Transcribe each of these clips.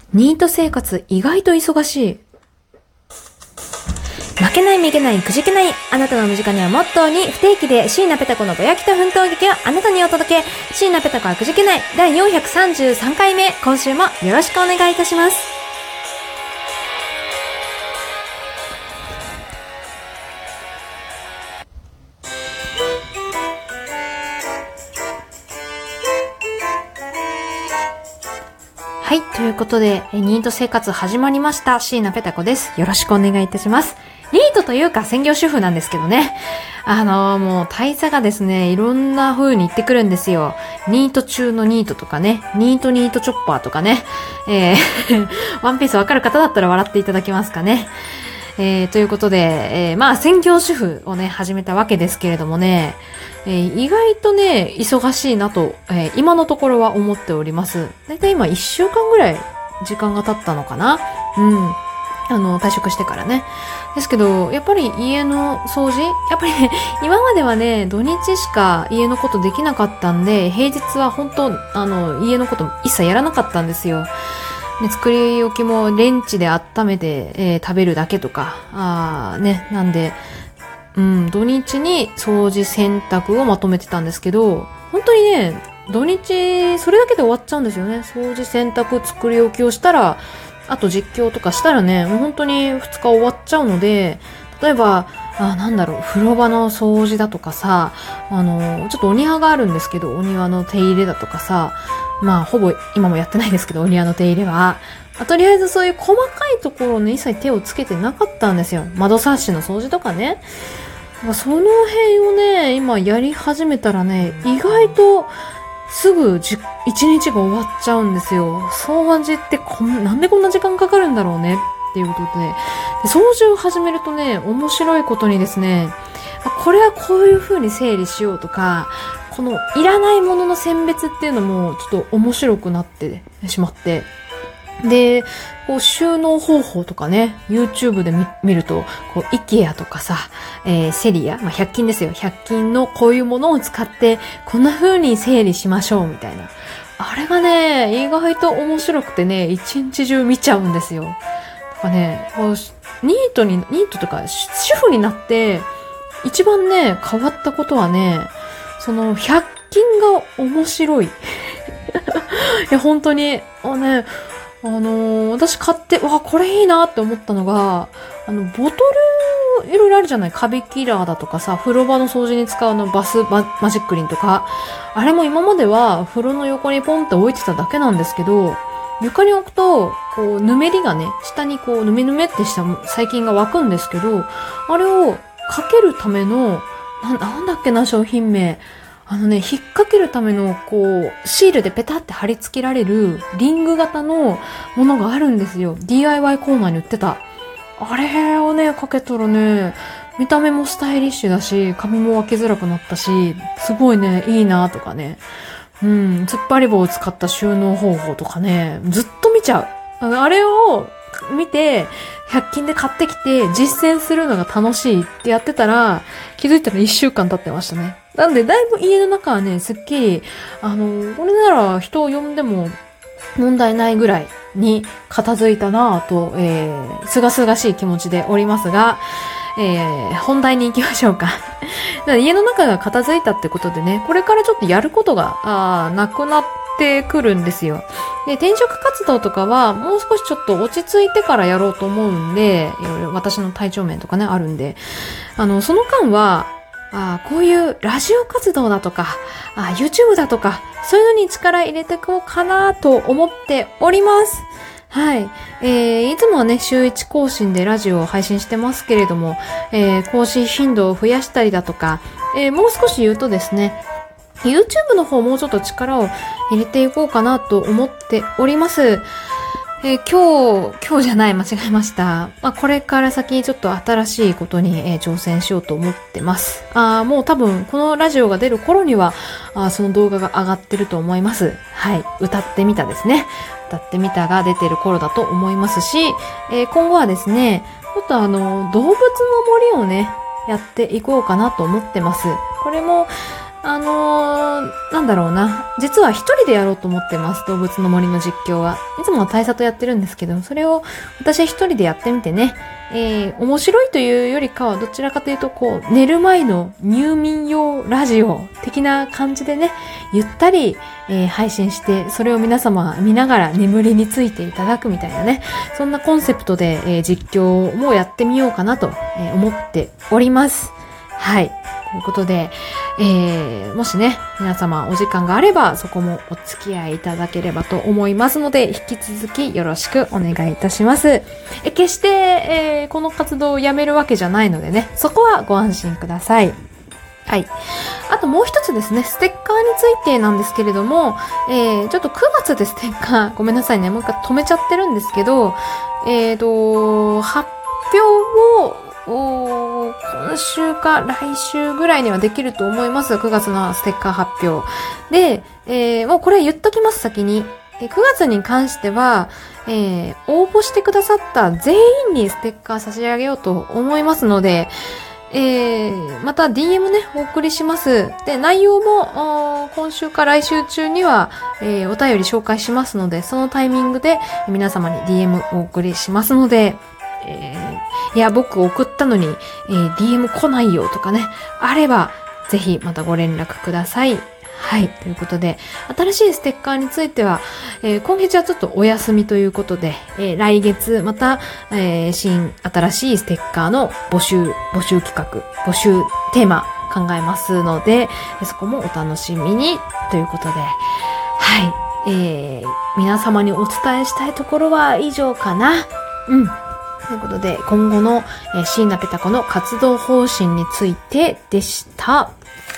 ニート生活意外と忙しい。負けないめげないくじけない、あなたの身近にはモットーに不定期で椎名ペタ子のぼやきと奮闘劇をあなたにお届け。椎名ペタ子はくじけない第433回目、今週もよろしくお願いいたします。はい、ということでニート生活始まりました。椎名ペタ子です。よろしくお願いいたします。ニートというか専業主婦なんですけどね。もう大差がですね、いろんな風に言ってくるんですよ。ニート中のニートとかね、ニートチョッパーとかね。ワンピースわかる方だったら笑っていただけますかね。ということで、専業主婦をね、始めたわけですけれどもね、意外とね、忙しいなと、今のところは思っております。だいたい今1週間ぐらい時間が経ったのかな。退職してからね。ですけど、やっぱり家の掃除やっぱりね、今まではね、土日しか家のことできなかったんで、平日は本当家のこと一切やらなかったんですよ。ね、作り置きもレンジで温めて、食べるだけとか、なんで、土日に掃除洗濯をまとめてたんですけど、本当にね、土日、それだけで終わっちゃうんですよね。掃除洗濯作り置きをしたら、あと実況とかしたらね、もう本当に2日終わっちゃうので、例えば、風呂場の掃除だとかさ、ちょっとお庭があるんですけど、お庭の手入れだとかさ、ほぼ今もやってないですけど、お庭の手入れは。とりあえずそういう細かいところに一切手をつけてなかったんですよ。窓サッシの掃除とかね。その辺をね、今やり始めたらね、意外とすぐ一日が終わっちゃうんですよ。掃除ってなんでこんな時間かかるんだろうねっていうことで。掃除を始めるとね、面白いことにですね、これはこういう風に整理しようとか、このいらないものの選別っていうのもちょっと面白くなってしまって。で、収納方法とかね、YouTube で見ると、IKEA とかさ、セリア、100均ですよ。100均のこういうものを使って、こんな風に整理しましょう、みたいな。あれがね、意外と面白くてね、一日中見ちゃうんですよ。とかね、ニートとか、主婦になって、一番ね、変わったことはね、100均が面白い。いや、本当に、私買って、これいいなって思ったのが、ボトル、いろいろあるじゃない？カビキラーだとかさ、風呂場の掃除に使うマジックリンとか。あれも今までは風呂の横にポンって置いてただけなんですけど、床に置くと、ぬめりがね、下にぬめぬめってした細菌が湧くんですけど、あれをかけるための、なんだっけな、商品名。引っ掛けるための、シールでペタって貼り付けられるリング型のものがあるんですよ。DIY コーナーに売ってた。あれをね、かけたらね、見た目もスタイリッシュだし、髪も分けづらくなったし、すごいね、いいなとかね。突っ張り棒を使った収納方法とかね、ずっと見ちゃう。あれを見て、100均で買ってきて実践するのが楽しいってやってたら、気づいたら1週間経ってましたね。なんで、だいぶ家の中はね、すっきり、これなら人を呼んでも問題ないぐらいに片付いたなぁと、すがすがしい気持ちでおりますが、本題に行きましょうか。だから家の中が片付いたってことでね、これからちょっとやることが、なくなってくるんですよ。で、転職活動とかは、もう少しちょっと落ち着いてからやろうと思うんで、いろいろ私の体調面とかね、あるんで、その間は、こういうラジオ活動だとか、YouTube だとか、そういうのに力入れていこうかなと思っております。はい。いつもはね、週1更新でラジオを配信してますけれども、更新頻度を増やしたりだとか、もう少し言うとですね、YouTube の方もうちょっと力を入れていこうかなと思っております。今日じゃない、間違えました。これから先ちょっと新しいことに、挑戦しようと思ってます。もう多分このラジオが出る頃には、その動画が上がってると思います。はい。歌ってみたですね。歌ってみたが出てる頃だと思いますし、今後はですね、ちょっと動物の森をね、やっていこうかなと思ってます。これも、 なんだろうな。実は一人でやろうと思ってます。動物の森の実況は。いつもは大佐とやってるんですけど、それを私一人でやってみてね。面白いというよりかは、どちらかというと、寝る前の入眠用ラジオ的な感じでね、ゆったり、配信して、それを皆様見ながら眠りについていただくみたいなね。そんなコンセプトで、実況もやってみようかなと、思っております。はい。ということで、もしね、皆様お時間があれば、そこもお付き合いいただければと思いますので、引き続きよろしくお願いいたします。決して、この活動をやめるわけじゃないのでね、そこはご安心ください。はい。あともう一つですね、ステッカーについてなんですけれども、ちょっと9月でステッカー、ごめんなさいね、もう一回止めちゃってるんですけど、発表を、今週か来週ぐらいにはできると思います。9月のステッカー発表。で、もうこれ言っときます、先に。9月に関しては、応募してくださった全員にステッカー差し上げようと思いますので、また DM ね、お送りします。で、内容も、今週か来週中には、お便り紹介しますので、そのタイミングで皆様に DM お送りしますので、いや、僕送ったのに、DM 来ないよとかね、あれば、ぜひまたご連絡ください。はい。ということで、新しいステッカーについては、今月はちょっとお休みということで、来月また、新しいステッカーの募集企画、募集テーマ考えますので、そこもお楽しみにということで、はい。皆様にお伝えしたいところは以上かな。ということで、今後の椎名ペタ子の活動方針についてでした。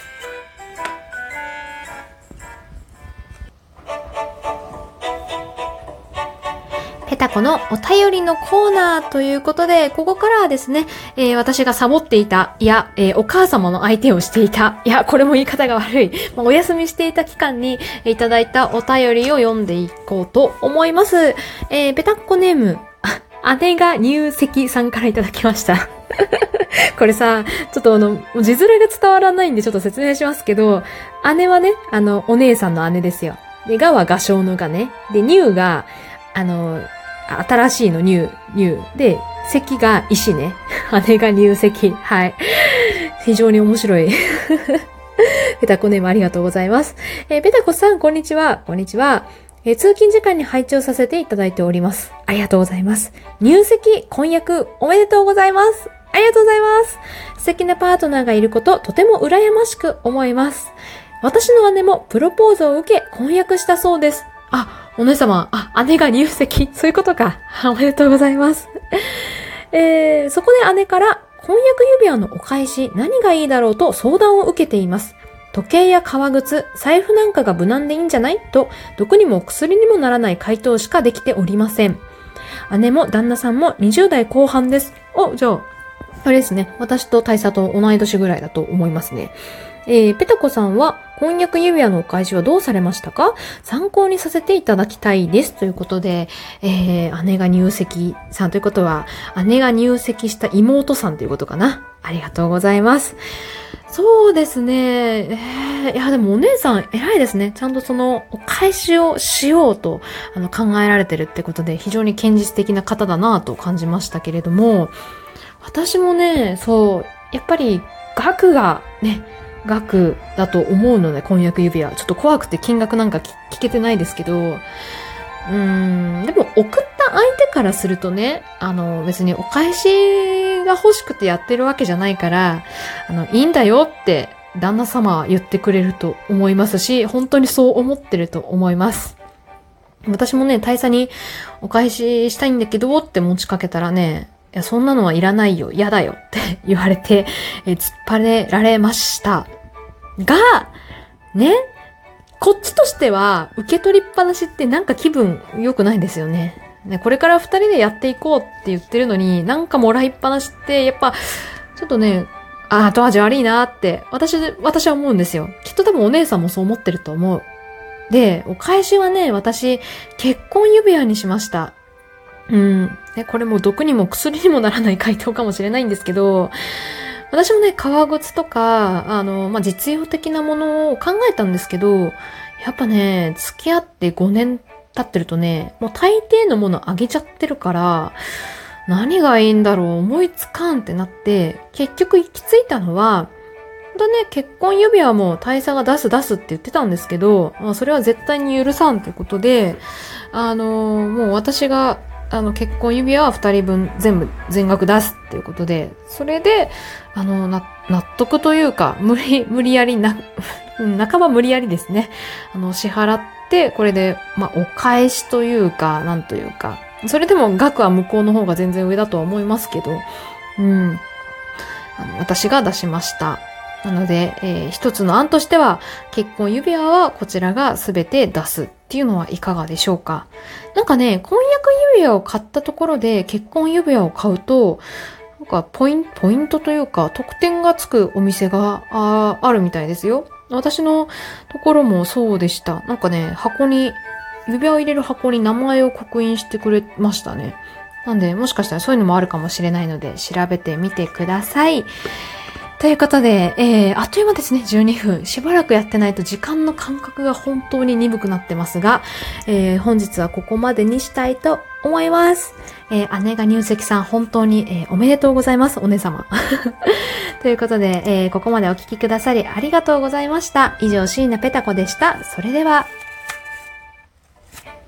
ペタ子のお便りのコーナーということで、ここからはですね、私がサボっていた、いや、お母様の相手をしていた、いや、これも言い方が悪い、お休みしていた期間にいただいたお便りを読んでいこうと思います。ペタッコネーム、姉が入籍さんからいただきました。これさ、ちょっと字面が伝わらないんでちょっと説明しますけど、姉はね、お姉さんの姉ですよ。で、がは画商のがね。で、入が、新しいの入。で、籍が石ね。姉が入籍。はい。非常に面白い。ペタコネームありがとうございます。ペタコさん、こんにちは。こんにちは。通勤時間に拝聴させていただいております。ありがとうございます。入籍、婚約、おめでとうございます。ありがとうございます。素敵なパートナーがいること、とても羨ましく思います。私の姉もプロポーズを受け、婚約したそうです。あ、お姉様、姉が入籍、そういうことか。おめでとうございます。そこで姉から、婚約指輪のお返し、何がいいだろうと相談を受けています。時計や革靴、財布なんかが無難でいいんじゃないと、毒にも薬にもならない回答しかできておりません。姉も旦那さんも20代後半です。じゃあ、あれですね。私と大佐と同い年ぐらいだと思いますね。ペタコさんは婚約指輪のお返しはどうされましたか？参考にさせていただきたいです。ということで、姉が入籍さんということは、姉が入籍した妹さんということかな。ありがとうございます。そうですね。いや、でもお姉さん偉いですね。ちゃんとそのお返しをしようと考えられてるってことで、非常に堅実的な方だなと感じましたけれども、私もね、そう、やっぱり額がね、額だと思うので、婚約指輪。ちょっと怖くて金額なんか聞けてないですけど、でも送った相手からするとね、別にお返しが欲しくてやってるわけじゃないから、いいんだよって旦那様は言ってくれると思いますし、本当にそう思ってると思います。私もね、大佐にお返ししたいんだけどって持ちかけたらね、いや、そんなのはいらないよ、嫌だよって言われて、突っ張れられました。が、ね、こっちとしては、受け取りっぱなしってなんか気分良くないんですよね。これから2人でやっていこうって言ってるのに、なんかもらいっぱなしって、やっぱ、ちょっとね、後味悪いなって、私は思うんですよ。きっと多分お姉さんもそう思ってると思う。で、お返しはね、私、結婚指輪にしました。これも毒にも薬にもならない回答かもしれないんですけど、 私もね、革靴とか、実用的なものを考えたんですけど、やっぱね、付き合って5年経ってるとね、もう大抵のものあげちゃってるから、何がいいんだろう、思いつかんってなって、結局行き着いたのは、本当ね、結婚指輪も大佐が出すって言ってたんですけど、それは絶対に許さんということで、もう私が、結婚指輪は2人分全額出すっていうことで、それで、納得というか、無理やり半ば無理やりですね。支払って、これで、お返しというか、なんというか、それでも額は向こうの方が全然上だとは思いますけど、私が出しました。なので、一つの案としては、結婚指輪はこちらがすべて出すっていうのはいかがでしょうか。なんかね、婚約指輪を買ったところで結婚指輪を買うと、なんかポイントというか、特典がつくお店があるみたいですよ。私のところもそうでした。なんかね、指輪を入れる箱に名前を刻印してくれましたね。なんで、もしかしたらそういうのもあるかもしれないので、調べてみてください。ということで、あっという間ですね、12分。しばらくやってないと時間の感覚が本当に鈍くなってますが、本日はここまでにしたいと思います。姉が入籍さん、本当に、おめでとうございます、お姉様。ということで、ここまでお聞きくださりありがとうございました。以上、椎名ペタ子でした。それでは。